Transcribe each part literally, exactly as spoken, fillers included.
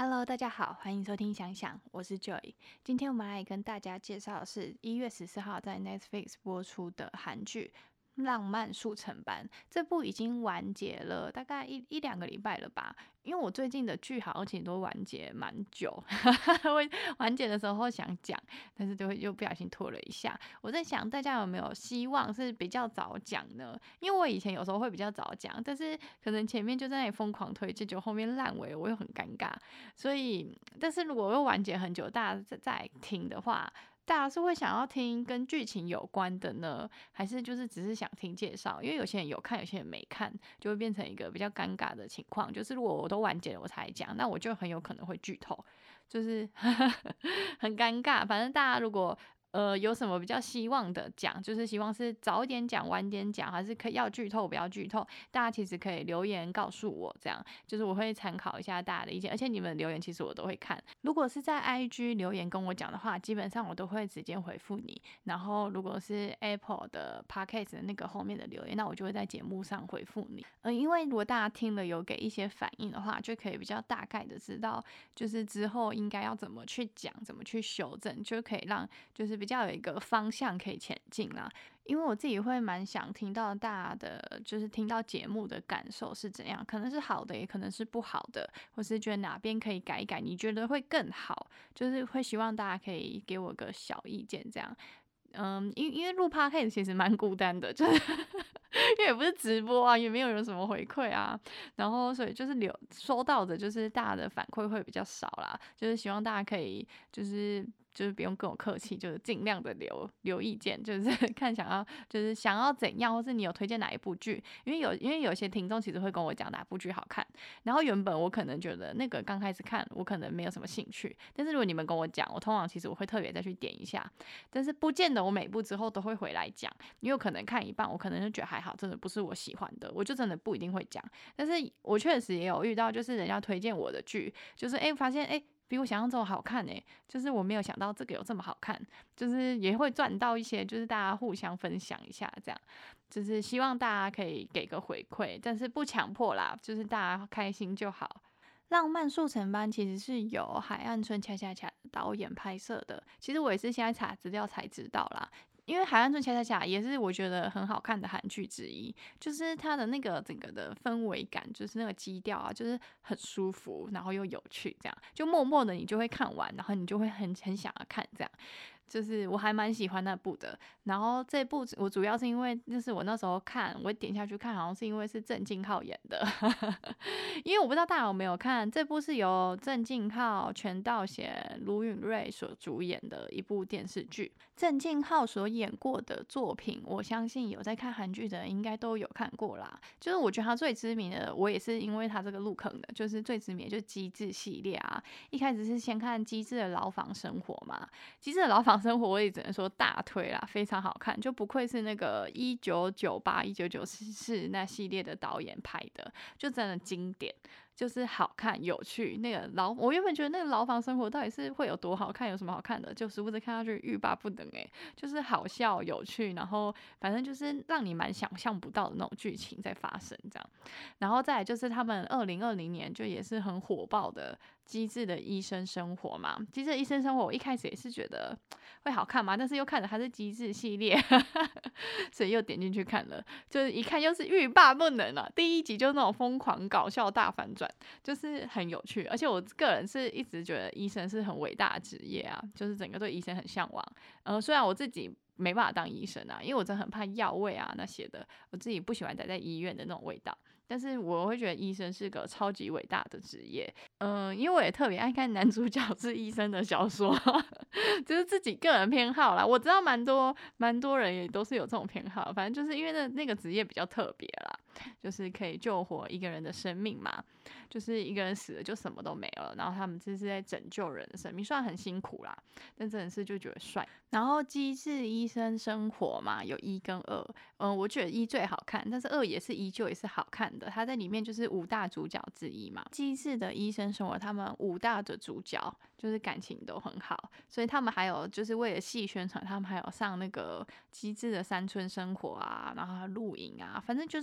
Hello，大家好，欢迎收听想想，我是 Joy。今天我们来跟大家介绍的是一月十四号在 Netflix 播出的韩剧《浪漫速成班》。这部已经完结了大概一一两个礼拜了吧？因为我最近的剧好像其实都完结蛮久，会完结的时候想讲，但是就会又不小心拖了一下。我在想大家有没有希望是比较早讲呢？因为我以前有时候会比较早讲，但是可能前面就在那里疯狂推荐，就后面烂尾，我又很尴尬。所以，但是如果又完结很久，大家再再听的话，大家是会想要听跟剧情有关的呢，还是就是只是想听介绍？因为有些人有看，有些人没看，就会变成一个比较尴尬的情况。就是如果我都完结了我才讲，那我就很有可能会剧透，就是很尴尬。反正大家如果呃，有什么比较希望的讲，就是希望是早一点讲、晚点讲，还是可以要剧透不要剧透？大家其实可以留言告诉我，这样就是我会参考一下大家的意见，而且你们的留言其实我都会看。如果是在 I G 留言跟我讲的话，基本上我都会直接回复你。然后如果是 Apple 的 Podcast 的那个后面的留言，那我就会在节目上回复你。嗯、呃，因为如果大家听了有给一些反应的话，就可以比较大概的知道，就是之后应该要怎么去讲，怎么去修正，就可以让就是比较有一个方向可以前进啦。因为我自己会蛮想听到大家的，就是听到节目的感受是怎样，可能是好的，也可能是不好的，或是觉得哪边可以改一改，你觉得会更好，就是会希望大家可以给我个小意见，这样。嗯，因因为录 podcast 其实蛮孤单的，就是因为也不是直播啊，也没有人什么回馈啊，然后所以就是留收到的，就是大家的反馈会比较少啦，就是希望大家可以就是就是不用跟我客气，就是尽量的留留意见，就是看想要就是想要怎样，或是你有推荐哪一部剧，因为有因为有些听众其实会跟我讲哪部剧好看，然后原本我可能觉得那个刚开始看我可能没有什么兴趣，但是如果你们跟我讲，我通常其实我会特别再去点一下，但是不见得我每部之后都会回来讲，因为我可能看一半，我可能就觉得还好，真的不是我喜欢的，我就真的不一定会讲。但是我确实也有遇到，就是人家推荐我的剧，就是哎、欸、发现哎、欸、比我想象中好看哎、欸，就是我没有想到这个有这么好看，就是也会赚到一些，就是大家互相分享一下这样。就是希望大家可以给个回馈，但是不强迫啦，就是大家开心就好。浪漫速成班其实是由海岸村恰恰恰导演拍摄的，其实我也是现在查资料才知道啦。因为海岸村恰恰恰也是我觉得很好看的韩剧之一，就是它的那个整个的氛围感，就是那个基调啊，就是很舒服，然后又有趣，这样就默默的你就会看完，然后你就会很很想要看这样。就是我还蛮喜欢那部的，然后这部我主要是因为就是我那时候看，我点下去看，好像是因为是郑敬浩演的，因为我不知道大家有没有看，这部是由郑敬浩、全道贤、卢允瑞所主演的一部电视剧。郑敬浩所演过的作品，我相信有在看韩剧的人应该都有看过啦。就是我觉得他最知名的，我也是因为他这个入坑的，就是最知名的就是机智系列啊。一开始是先看机智的牢房生活嘛，机智的牢房生活我也只能说大推啦，非常好看，就不愧是那个一九九八、一九九四那系列的导演拍的，就真的经典。就是好看有趣，那个牢我原本觉得那个牢房生活到底是会有多好看，有什么好看的，就殊不知看下去欲罢不能诶，就是好笑有趣，然后反正就是让你蛮想象不到的那种剧情在发生这样。然后再来就是他们二零二零年就也是很火爆的机智的医生生活嘛，机智的医生生活我一开始也是觉得会好看嘛，但是又看着它是机智系列所以又点进去看了，就是一看又是欲罢不能啊，第一集就那种疯狂搞笑大反转，就是很有趣，而且我个人是一直觉得医生是很伟大的职业啊，就是整个对医生很向往。呃，虽然我自己没办法当医生啊，因为我真的很怕药味啊那些的，我自己不喜欢待在医院的那种味道。但是我会觉得医生是个超级伟大的职业，嗯、呃，因为我也特别爱看男主角是医生的小说，就是自己个人偏好啦。我知道蛮多蛮多人也都是有这种偏好，反正就是因为那那个职业比较特别啦，就是可以救活一个人的生命嘛，就是一个人死了就什么都没了，然后他们这是在拯救人的生命，虽然很辛苦啦，但真的是就觉得帅。然后机智医生生活嘛，有一跟二，嗯，我觉得一最好看，但是二也是依旧也是好看的。他在里面就是五大主角之一嘛。机智的医生生活，他们五大的主角就是感情都很好，所以他们还有就是为了戏宣传，他们还有上那个机智的山村生活啊，然后露营啊，反正就是还有这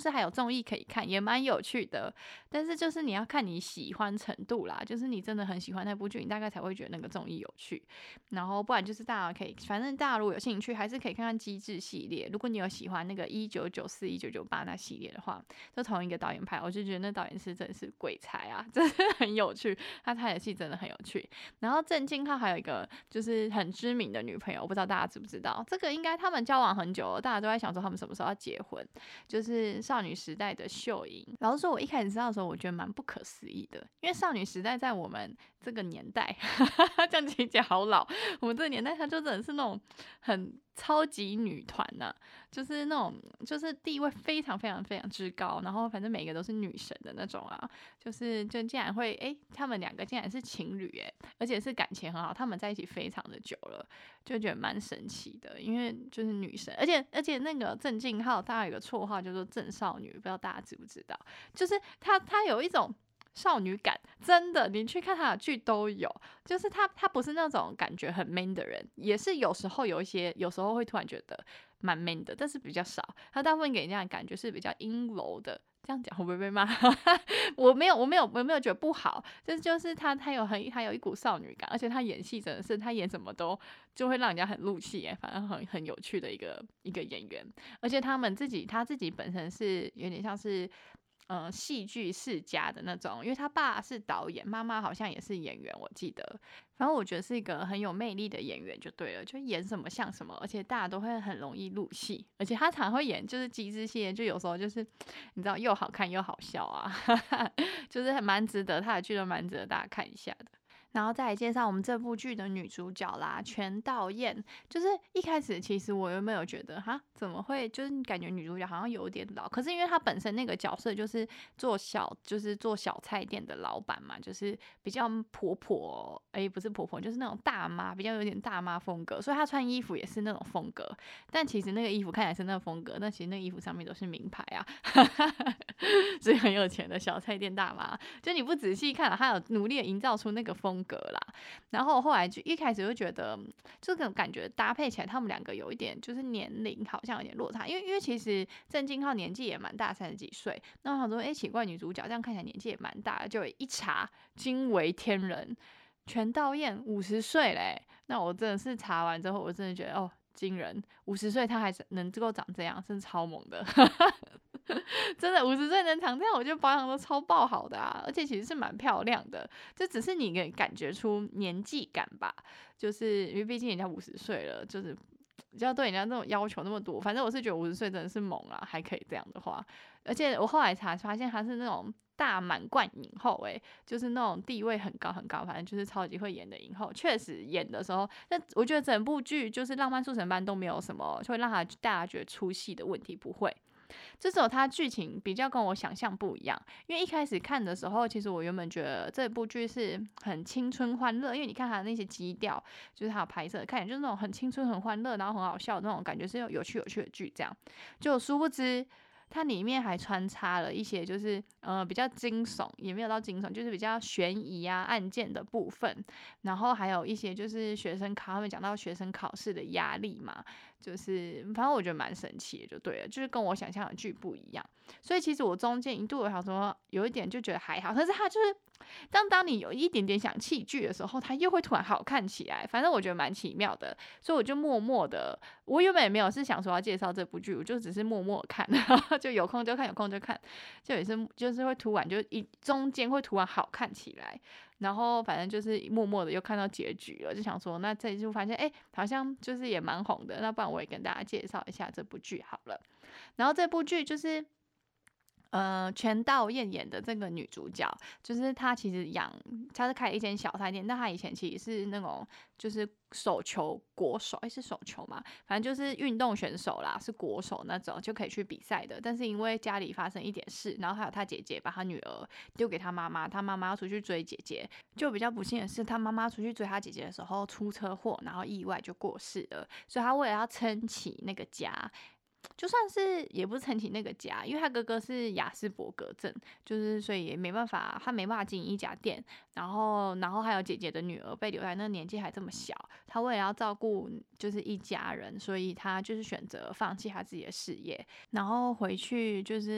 综艺可以看，也蛮有趣的。但是就是你要看你喜欢程度啦，就是你真的很喜欢那部剧，你大概才会觉得那个综艺有趣。然后不然就是大家可以，反正大家如果有兴趣，还是可以看看机智系列。如果你有喜欢那个一九九四、一九九八那系列的话，就同一个导演拍，我就觉得那导演是真的是鬼才啊，真的很有趣，他拍的戏真的很有趣。然后郑敬浩还有一个就是很知名的女朋友，我不知道大家知不知道，这个应该他们交往很久了，大家都在想说他们什么时候要结婚，就是少女时代的秀英。老实说，我一开始知道的时候，我觉得蛮不可思议的，因为少女时代在我们这个年代，这样听起来好老，我们这个年代，她就真的是那种很超级女团呐、啊，就是那种就是地位非常非常非常之高，然后反正每个都是女神的那种啊，就是就竟然会哎、欸，他们两个竟然是情侣哎、欸，而且是感情很好，他们在一起非常的久了，就觉得蛮神奇的，因为就是女神，而且而且那个郑敬浩，他有一个绰号叫做郑少女，不知道大家知不知道，就是他他有一种少女感，真的，你去看他的剧都有，就是他他不是那种感觉很 man 的人，也是有时候有一些，有时候会突然觉得蛮 man 的，但是比较少。他大部分给人家的感觉是比较阴柔的，这样讲会不会被骂？我没有，我没有，我没有觉得不好，就是就是他他有很他有一股少女感，而且他演戏真的是他演什么都就会让人家很入戏哎，反正很很有趣的一个一个演员，而且他们自己他自己本身是有点像是。嗯，戏剧世家的那种，因为他爸是导演，妈妈好像也是演员，我记得。反正我觉得是一个很有魅力的演员就对了，就演什么像什么，而且大家都会很容易入戏，而且他常会演就是机智系列，就有时候就是你知道又好看又好笑啊，就是很蛮值得他的剧都蛮值得大家看一下的。然后再来介绍我们这部剧的女主角啦，全道彦。就是一开始其实我有没有觉得哈，怎么会就是感觉女主角好像有点老？可是因为她本身那个角色就是做小，就是做小菜店的老板嘛，就是比较婆婆，哎，不是婆婆，就是那种大妈，比较有点大妈风格，所以她穿衣服也是那种风格。但其实那个衣服看起来是那个风格，但其实那个衣服上面都是名牌啊，所以很有钱的小菜店大妈。就你不仔细看，她有努力的营造出那个风格啦。然后后来就一开始就觉得，这种感觉搭配起来，他们两个有一点就是年龄好像有点落差，因为因为其实郑敬浩年纪也蛮大，三十几岁。那我想说，哎，奇怪，女主角这样看起来年纪也蛮大的，就一查惊为天人，全道彦五十岁嘞。那我真的是查完之后，我真的觉得哦，惊人，五十岁他还能够长这样，真是超猛的。真的五十岁能长这样，我觉得保养都超爆好的啊，而且其实是蛮漂亮的，这只是你感觉出年纪感吧，就是因为毕竟人家五十岁了，就是比较对人家那种要求那么多，反正我是觉得五十岁真的是猛啊，还可以这样的话，而且我后来才发现他是那种大满贯影后、欸，就是那种地位很高很高，反正就是超级会演的影后。确实演的时候，那我觉得整部剧就是《浪漫速成班》都没有什么会让他大家觉得出戏的问题，不会。这首它剧情比较跟我想象不一样，因为一开始看的时候，其实我原本觉得这部剧是很青春欢乐，因为你看它的那些基调，就是它有拍摄，看起来就是那种很青春、很欢乐，然后很好笑的那种感觉，是有趣有趣的剧这样。就殊不知，它里面还穿插了一些就是呃比较惊悚，也没有到惊悚，就是比较悬疑啊案件的部分，然后还有一些就是学生考，他们讲到学生考试的压力嘛。就是反正我觉得蛮神奇的，就对了，就是跟我想象的剧不一样。所以其实我中间一度我想说有一点就觉得还好，但是它就是当当你有一点点想弃剧的时候，它又会突然好看起来。反正我觉得蛮奇妙的，所以我就默默的，我原本也没有是想说要介绍这部剧，我就只是默默看，就有空就看，有空就看，就也是就是会突然就一中间会突然好看起来。然后反正就是默默的又看到结局了，就想说那这一就发现哎、欸，好像就是也蛮红的，那不然我也跟大家介绍一下这部剧好了。然后这部剧就是呃，全道彦演的这个女主角，就是她其实养，她是开了一间小菜店，但她以前其实是那种就是手球国手，诶，是手球嘛，反正就是运动选手啦，是国手那种就可以去比赛的。但是因为家里发生一点事，然后还有她姐姐把她女儿丢给她妈妈，她妈妈要出去追姐姐，就比较不幸的是，她妈妈出去追她姐姐的时候出车祸，然后意外就过世了，所以她为了要撑起那个家。就算是也不是撑起那个家，因为他哥哥是亚斯伯格症，就是所以也没办法，他没办法经营一家店。然后，然后还有姐姐的女儿被留在那个年纪还这么小，他为了要照顾就是一家人，所以他就是选择放弃他自己的事业，然后回去就是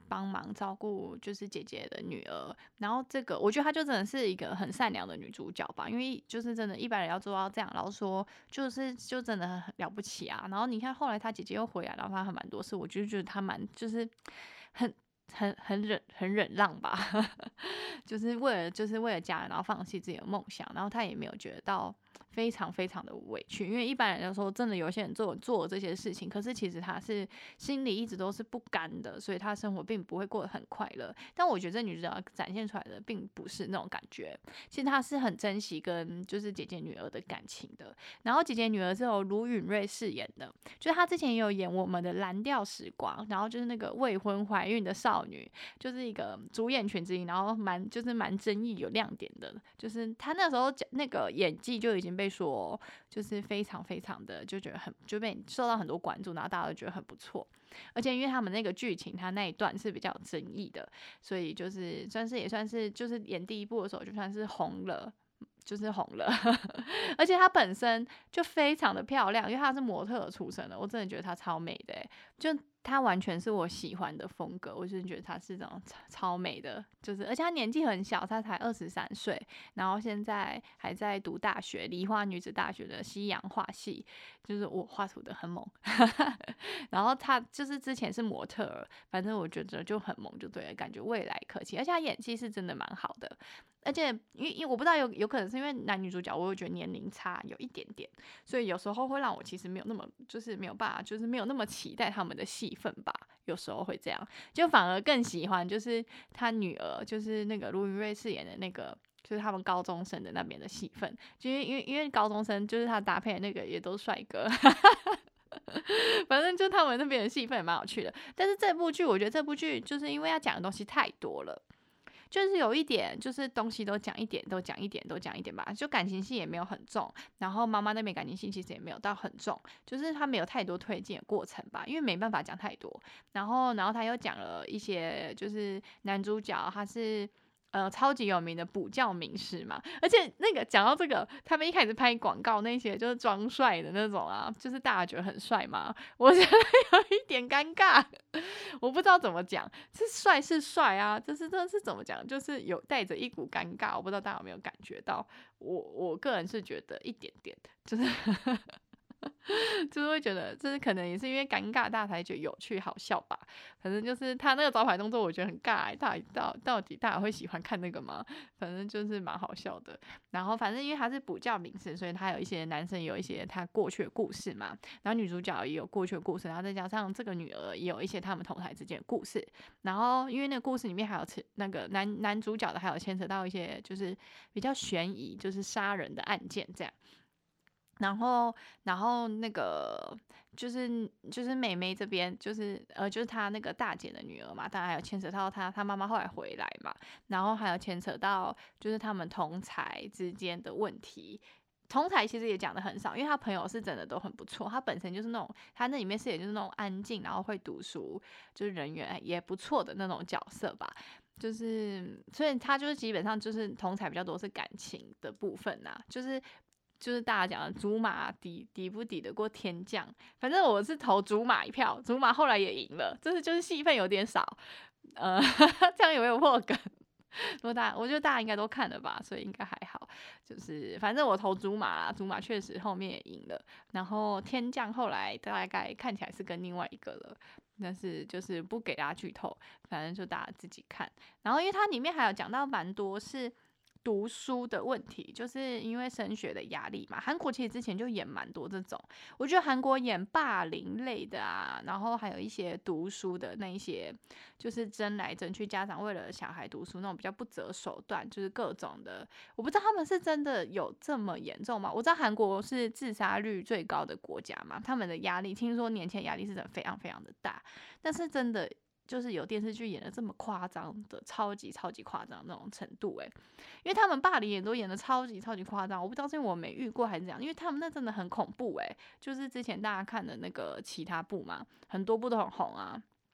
帮忙照顾就是姐姐的女儿，然后这个我觉得她就真的是一个很善良的女主角吧，因为就是真的一般人要做到这样，然后说就是就真的很了不起啊。然后你看后来她姐姐又回来，然后她还蛮多事，我就觉得她蛮就是很很很忍很忍让吧，就是为了就是为了家人，然后放弃自己的梦想，然后她也没有觉得到非常非常的委屈，因为一般人就说真的有些人做做这些事情，可是其实他是心里一直都是不甘的，所以他生活并不会过得很快乐。但我觉得这女主角展现出来的并不是那种感觉，其实她是很珍惜跟就是姐姐女儿的感情的。然后姐姐女儿是由卢允瑞饰演的，就是她之前也有演我们的蓝调时光，然后就是那个未婚怀孕的少女，就是一个主演群之一，然后蛮就是蛮争议有亮点的，就是她那时候那个演技就已经被说就是非常非常的就觉得很就被受到很多关注，然后大家都觉得很不错。而且因为他们那个剧情，他那一段是比较有争议的，所以就是算是也算是就是演第一部的时候就算是红了。就是红了，而且她本身就非常的漂亮，因为她是模特出身的，我真的觉得她超美的、欸，就她完全是我喜欢的风格，我真的觉得她是这种超美的，就是而且她年纪很小，她才二十三岁，然后现在还在读大学，梨花女子大学的西洋画系，就是我画图的很猛，然后她就是之前是模特儿，反正我觉得就很猛，就对了，感觉未来可期，而且她演技是真的蛮好的。而且因为因为我不知道有有可能是因为男女主角，我会觉得年龄差有一点点，所以有时候会让我其实没有那么就是没有办法，就是没有那么期待他们的戏份吧。有时候会这样，就反而更喜欢就是他女儿，就是那个卢云瑞饰演的那个。就是他们高中生的那边的戏份，就因为因为因为高中生就是他搭配的那个也都是帅哥，反正就他们那边的戏份也蛮有趣的。但是这部剧，我觉得这部剧就是因为要讲的东西太多了。就是有一点，就是东西都讲一点，都讲一点，都讲一点吧。就感情戏也没有很重，然后妈妈那边感情戏其实也没有到很重，就是他没有太多推进的过程吧，因为没办法讲太多。然后，然后他又讲了一些，就是男主角他是。呃，超级有名的补教名师嘛，而且那个讲到这个，他们一开始拍广告那些就是装帅的那种啊，就是大家觉得很帅嘛，我觉得有一点尴尬，我不知道怎么讲，是帅是帅啊，这是这是怎么讲，就是有带着一股尴尬，我不知道大家有没有感觉到，我我个人是觉得一点点，就是就是会觉得，就是可能也是因为尴尬，大家才觉得有趣好笑吧。反正就是他那个招牌动作，我觉得很尬、欸，到底到到底大家会喜欢看那个吗？反正就是蛮好笑的。然后反正因为他是补教名师，所以他有一些男生有一些他过去的故事嘛，然后女主角也有过去的故事，然后再加上这个女儿也有一些他们同台之间的故事。然后因为那个故事里面还有那个男男主角的，还有牵扯到一些就是比较悬疑，就是杀人的案件这样。然后，然后那个就是就是妹妹这边，就是呃，就是她那个大姐的女儿嘛，当然还有牵扯到她她妈妈后来回来嘛，然后还有牵扯到就是他们同才之间的问题。同才其实也讲的很少，因为他朋友是真的都很不错，他本身就是那种他那里面是也就是那种安静，然后会读书，就是人缘也不错的那种角色吧。就是所以他就是基本上就是同才比较多是感情的部分呐、啊，就是。就是大家讲的竹马抵抵不抵得过天降，反正我是投竹马一票，竹马后来也赢了，这是就是戏份有点少，呃，这样有没有破梗？如果大家，我觉得大家应该都看了吧，所以应该还好。就是反正我投竹马啦，竹马确实后面也赢了，然后天降后来大概看起来是跟另外一个了，但是就是不给大家剧透，反正就大家自己看。然后因为它里面还有讲到蛮多是。读书的问题，就是因为升学的压力嘛。韩国其实之前就演蛮多这种，我觉得韩国演霸凌类的啊，然后还有一些读书的那一些，就是争来争去，家长为了小孩读书那种比较不择手段，就是各种的。我不知道他们是真的有这么严重吗？我知道韩国是自杀率最高的国家嘛，他们的压力，听说年轻人压力是真的非常非常的大，但是真的。就是有电视剧演的这么夸张的，超级超级夸张那种程度诶、欸，因为他们霸凌也都演的超级超级夸张，我不知道是因为我没遇过还是怎样，因为他们那真的很恐怖诶、欸，就是之前大家看的那个其他部嘛，很多部都很红啊，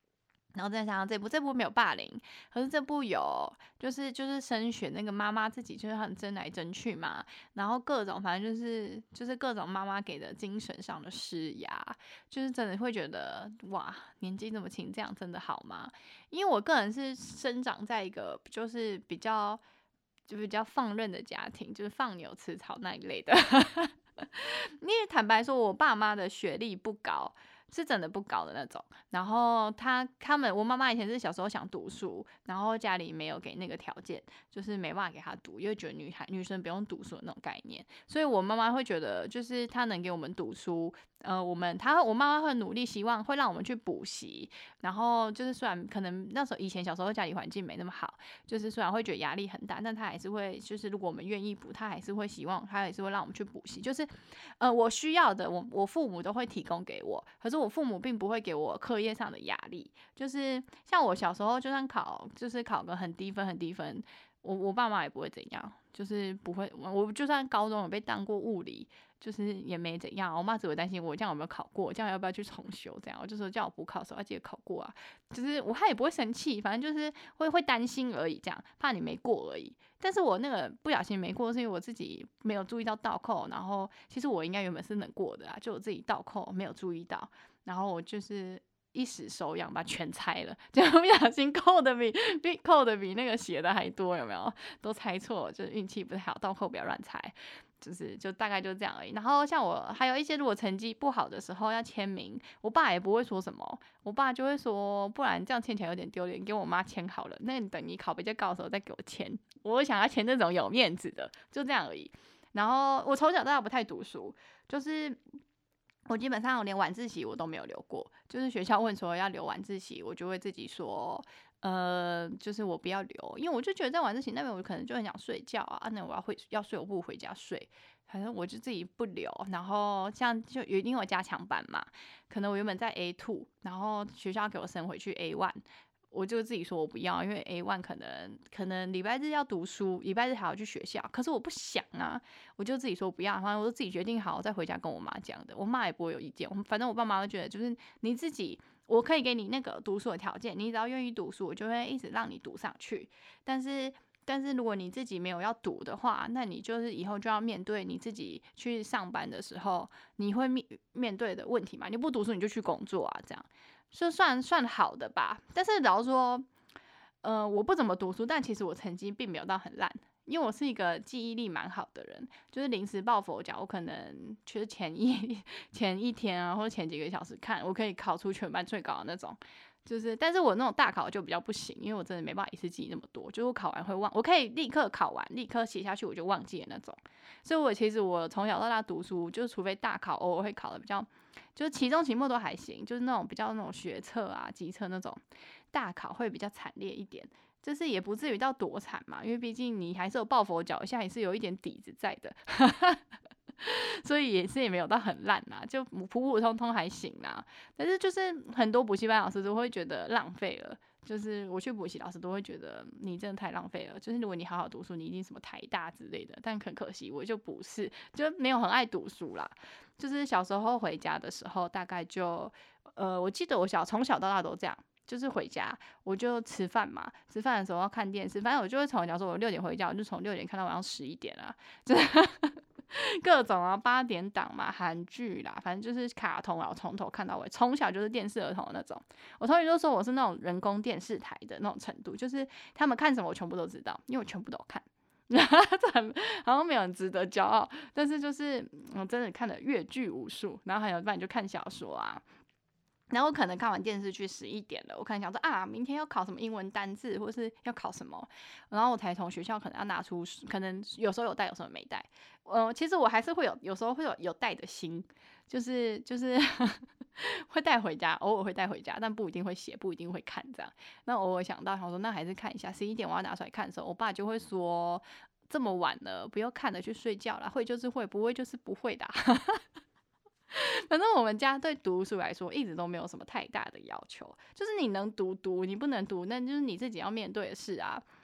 然后再加上这部，这部没有霸凌，可是这部有，就是就是升学那个妈妈自己就是很争来争去嘛，然后各种反正就是就是各种妈妈给的精神上的施压，就是真的会觉得哇，年纪这么轻，这样真的好吗？因为我个人是生长在一个就是比较就比较放任的家庭，就是放牛吃草那一类的。因为坦白说，我爸妈的学历不高，是真的不高的那种。然后他他们，我妈妈以前是小时候想读书，然后家里没有给那个条件，就是没办法给她读，因为觉得女孩女生不用读书的那种概念。所以我妈妈会觉得，就是她能给我们读书，呃，我们她我妈妈会努力，希望会让我们去补习。然后就是虽然可能那时候以前小时候家里环境没那么好，就是虽然会觉得压力很大，但她还是会，就是如果我们愿意补，她还是会希望，她还是会让我们去补习，就是。呃，我需要的，我我父母都会提供给我，可是我父母并不会给我课业上的压力。就是像我小时候，就算考，就是考个很低分很低分，我我爸妈也不会怎样，就是不会。我就算高中有被当过物理，就是也没怎样。我妈只会担心我这样有没有考过，这样要不要去重修，这样我就说叫我补考的时候要记得考过啊。就是我他也不会生气，反正就是会会担心而已，这样怕你没过而已。但是我那个不小心没过，是因为我自己没有注意到倒扣，然后其实我应该原本是能过的啊，就我自己倒扣没有注意到，然后我就是一时手痒把全猜了，就不小心扣的比比扣的比那个写的还多，有没有？都猜错，就是运气不太好，倒扣不要乱猜。就是就大概就这样而已。然后像我还有一些，如果成绩不好的时候要签名，我爸也不会说什么，我爸就会说，不然这样签起来有点丢脸，给我妈签好了。那你等你考比较高的时候再给我签。我想要签这种有面子的，就这样而已。然后我从小到大不太读书，就是我基本上连晚自习我都没有留过，就是学校问说要留晚自习，我就会自己说，呃，就是我不要留，因为我就觉得在晚自习那边我可能就很想睡觉啊，那我要回要睡我不如回家睡，反正我就自己不留。然后像就有一定有加强班嘛，可能我原本在 A two， 然后学校给我升回去 A one。我就自己说我不要，因为 A one 可能可能礼拜日要读书，礼拜日还要去学校，可是我不想啊，我就自己说不要，反正我就自己决定好，再回家跟我妈讲的，我妈也不会有意见，反正我爸妈会觉得就是你自己，我可以给你那个读书的条件，你只要愿意读书，我就会一直让你读上去，但是。但是如果你自己没有要读的话，那你就是以后就要面对你自己去上班的时候，你会面面对的问题嘛？你不读书你就去工作啊，这样。就算算好的吧。但是老实说，呃，我不怎么读书，但其实我成绩并没有到很烂，因为我是一个记忆力蛮好的人，就是临时抱佛脚，我可能就是前一前一天啊，或者前几个小时看，我可以考出全班最高的那种。就是，但是我那种大考就比较不行，因为我真的没办法一次记那么多，就是我考完会忘，我可以立刻考完，立刻写下去，我就忘记了那种。所以我其实我从小到大读书，就是除非大考偶尔会考的比较，就是期中期末都还行，就是那种比较那种学测啊、机测那种大考会比较惨烈一点。就是也不至于到多惨嘛，因为毕竟你还是有抱佛脚下，也是有一点底子在的。所以也是也没有到很烂啦，就普普通通还行啦。但是就是很多补习班老师都会觉得浪费了，就是我去补习老师都会觉得你真的太浪费了。就是如果你好好读书，你一定什么台大之类的，但很可惜我就不是，就没有很爱读书啦。就是小时候回家的时候，大概就呃，我记得我小从小到大都这样。就是回家，我就吃饭嘛，吃饭的时候要看电视，反正我就会从，假如说我六点回家，我就从六点看到晚上十一点啊，就是各种啊八点档嘛，韩剧啦，反正就是卡通啊，我从头看到尾，从小就是电视儿童的那种。我同学就说我是那种人工电视台的那种程度，就是他们看什么我全部都知道，因为我全部都看。这很好像没有人值得骄傲，但是就是我真的看了阅剧无数，然后还有不然就看小说啊。然后我可能看完电视剧十一点了，我可能想说啊，明天要考什么英文单字，或是要考什么，然后我才从学校可能要拿出，可能有时候有带，有时候没带。呃，其实我还是会有，有时候会有有带的心，就是就是会带回家，偶尔会带回家，但不一定会写，不一定会看这样。那偶尔想到想说，那还是看一下。十一点我要拿出来看的时候，我爸就会说，这么晚了，不要看了，去睡觉啦。会就是会，不会就是不会的啊。反正我们家对读书来说一直都没有什么太大的要求，就是你能读读，你不能读，那就是你自己要面对的事啊。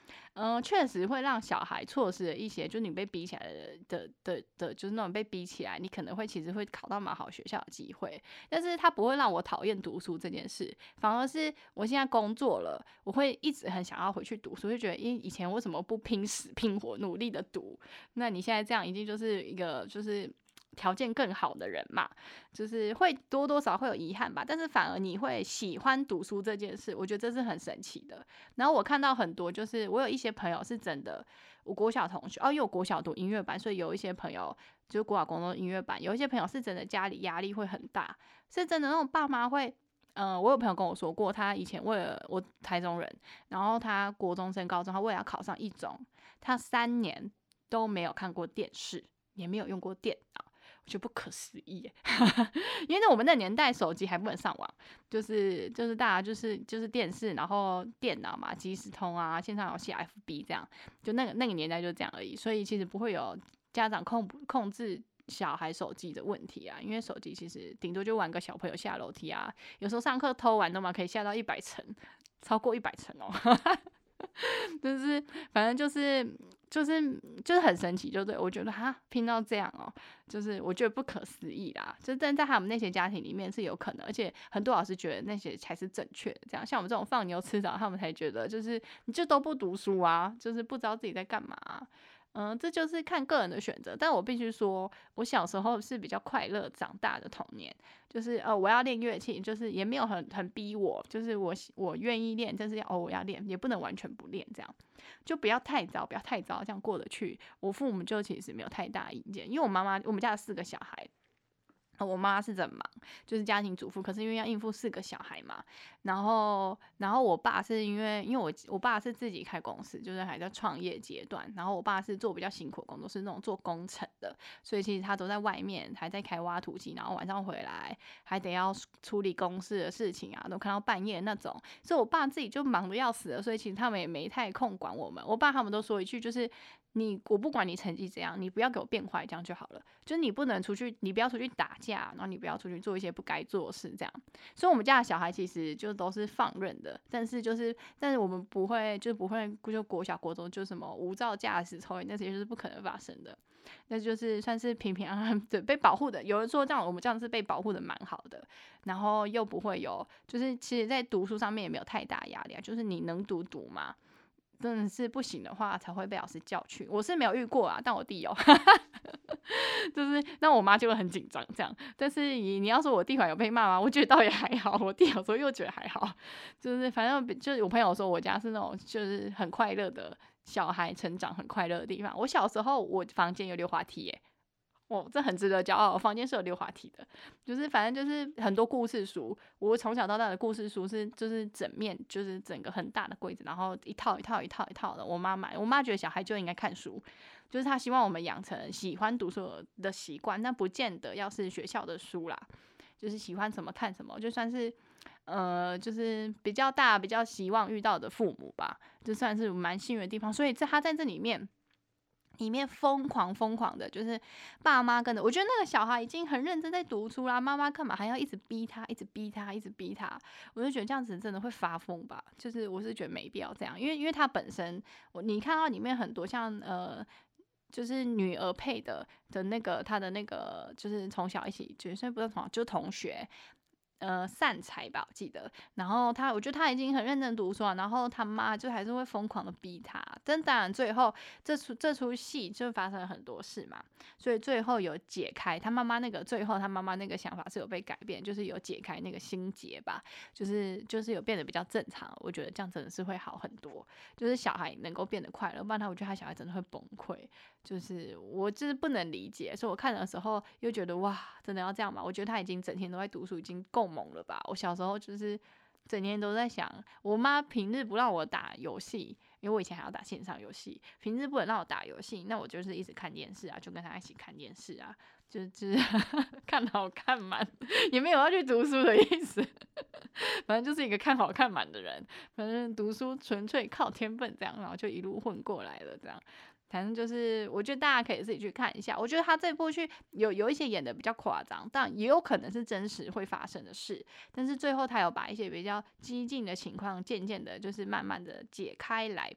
嗯，确实会让小孩错失了一些，就你被逼起来的的的的，就是那种被逼起来，你可能会其实会考到蛮好学校的机会，但是他不会让我讨厌读书这件事，反而是我现在工作了，我会一直很想要回去读书，就觉得因以前为什么不拼死拼活努力的读，那你现在这样一定就是一个就是条件更好的人嘛，就是会多多少会有遗憾吧，但是反而你会喜欢读书这件事，我觉得这是很神奇的。然后我看到很多，就是我有一些朋友是真的，我国小同学哦，因为我国小读音乐班，所以有一些朋友就是国小、高中音乐班，有一些朋友是真的家里压力会很大，是真的那种爸妈会。嗯，我有朋友跟我说过，他以前为了我台中人，然后他国中升高中，他为了要考上一中，他三年都没有看过电视，也没有用过电脑。我觉得不可思议耶，因为我们那年代手机还不能上网，就是就是大家就是就是电视，然后电脑嘛，即时通啊，线上游戏 F B 这样，就那个那个年代就这样而已，所以其实不会有家长控控制小孩手机的问题啊，因为手机其实顶多就玩个小朋友下楼梯啊，有时候上课偷玩的嘛，可以下到一百层，超过一百层哦。就是反正就是就是就是很神奇，就对我觉得哈拼到这样哦，就是我觉得不可思议啦。就但在他们那些家庭里面是有可能，而且很多老师觉得那些才是正确的。这样像我们这种放牛吃草，他们才觉得就是你就都不读书啊，就是不知道自己在干嘛啊。嗯，这就是看个人的选择，但我必须说，我小时候是比较快乐长大的童年，就是呃，我要练乐器，就是也没有很很逼我，就是我我愿意练，但是哦我要练，也不能完全不练，这样就不要太早，不要太早，这样过得去。我父母就其实没有太大意见，因为我妈妈我们家有四个小孩。我妈是真忙，就是家庭主妇，可是因为要应付四个小孩嘛，然后，然后我爸是因为，因为我我爸是自己开公司，就是还在创业阶段，然后我爸是做比较辛苦的工作，是那种做工程的，所以其实他都在外面，还在开挖土机，然后晚上回来还得要处理公司的事情啊，都看到半夜那种，所以我爸自己就忙得要死了，所以其实他们也没太空管我们。我爸他们都说一句，就是你我不管你成绩怎样，你不要给我变坏，这样就好了。就是你不能出去，你不要出去打架，然后你不要出去做一些不该做的事，这样。所以我们家的小孩其实就都是放任的，但是就是，但是我们不会，就不会就国小国中就什么无照驾驶、抽烟那些就是不可能发生的。那就是算是平平安安的被保护的。有人说这样，我们这样是被保护的蛮好的，然后又不会有，就是其实在读书上面也没有太大压力啊，就是你能读读嘛。真的是不行的话才会被老师叫去，我是没有遇过啊，但我弟有，就是那我妈就会很紧张这样。但是你你要说我弟反有被骂吗？我觉得倒也还好，我弟有时候又觉得还好，就是反正就是我朋友说我家是那种就是很快乐的小孩，成长很快乐的地方。我小时候我房间有溜滑梯耶。哦，这很值得骄傲。我房间是有溜滑梯的，就是反正就是很多故事书。我从小到大的故事书是就是整面就是整个很大的柜子，然后一套一套一套一套的。我妈买，我妈觉得小孩就应该看书，就是她希望我们养成喜欢读书的习惯，但不见得要是学校的书啦，就是喜欢什么看什么，就算是呃就是比较大比较希望遇到的父母吧，就算是蛮幸运的地方。所以在他在这里面。里面疯狂疯狂的，就是爸妈跟着。我觉得那个小孩已经很认真在读书啦，妈妈干嘛还要一直逼他，一直逼他，一直逼他？我就觉得这样子真的会发疯吧。就是我是觉得没必要这样，因为因为他本身，我你看到里面很多像呃，就是女儿配的的那个他的那个，就是从小一起，就是不知道从就同学。呃，善财吧，我记得。然后他，我觉得他已经很认真读书了，然后他妈就还是会疯狂的逼他。但当然，最后这出这出戏就发生了很多事嘛，所以最后有解开他妈妈那个，最后他妈妈那个想法是有被改变，就是有解开那个心结吧，就是就是有变得比较正常。我觉得这样真的是会好很多，就是小孩能够变得快乐，不然他我觉得他小孩真的会崩溃。就是我就是不能理解，所以我看的时候又觉得哇，真的要这样吗？我觉得他已经整天都在读书，已经够猛了吧？我小时候就是整天都在想，我妈平日不让我打游戏，因为我以前还要打线上游戏，平日不能让我打游戏，那我就是一直看电视啊，就跟他一起看电视啊，就就是看好看满，也没有要去读书的意思，反正就是一个看好看满的人，反正读书纯粹靠天分这样，然后就一路混过来了这样。反正就是，我觉得大家可以自己去看一下。我觉得他这部剧有有一些演的比较夸张，但也有可能是真实会发生的事。但是最后他有把一些比较激进的情况，渐渐的，就是慢慢的解开来吧。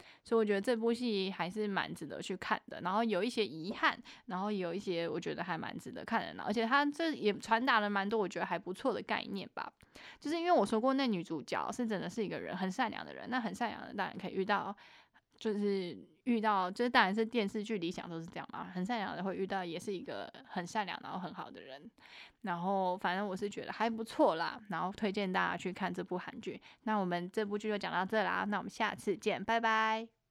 所以我觉得这部戏还是蛮值得去看的。然后有一些遗憾，然后有一些我觉得还蛮值得看的，而且它这也传达了蛮多我觉得还不错的概念吧。就是因为我说过，那女主角是真的是一个人很善良的人，那很善良的人当然可以遇到。就是遇到，就是当然是电视剧理想都是这样嘛，很善良的会遇到，也是一个很善良然后很好的人。然后反正我是觉得还不错啦，然后推荐大家去看这部韩剧。那我们这部剧就讲到这啦，那我们下次见，拜拜。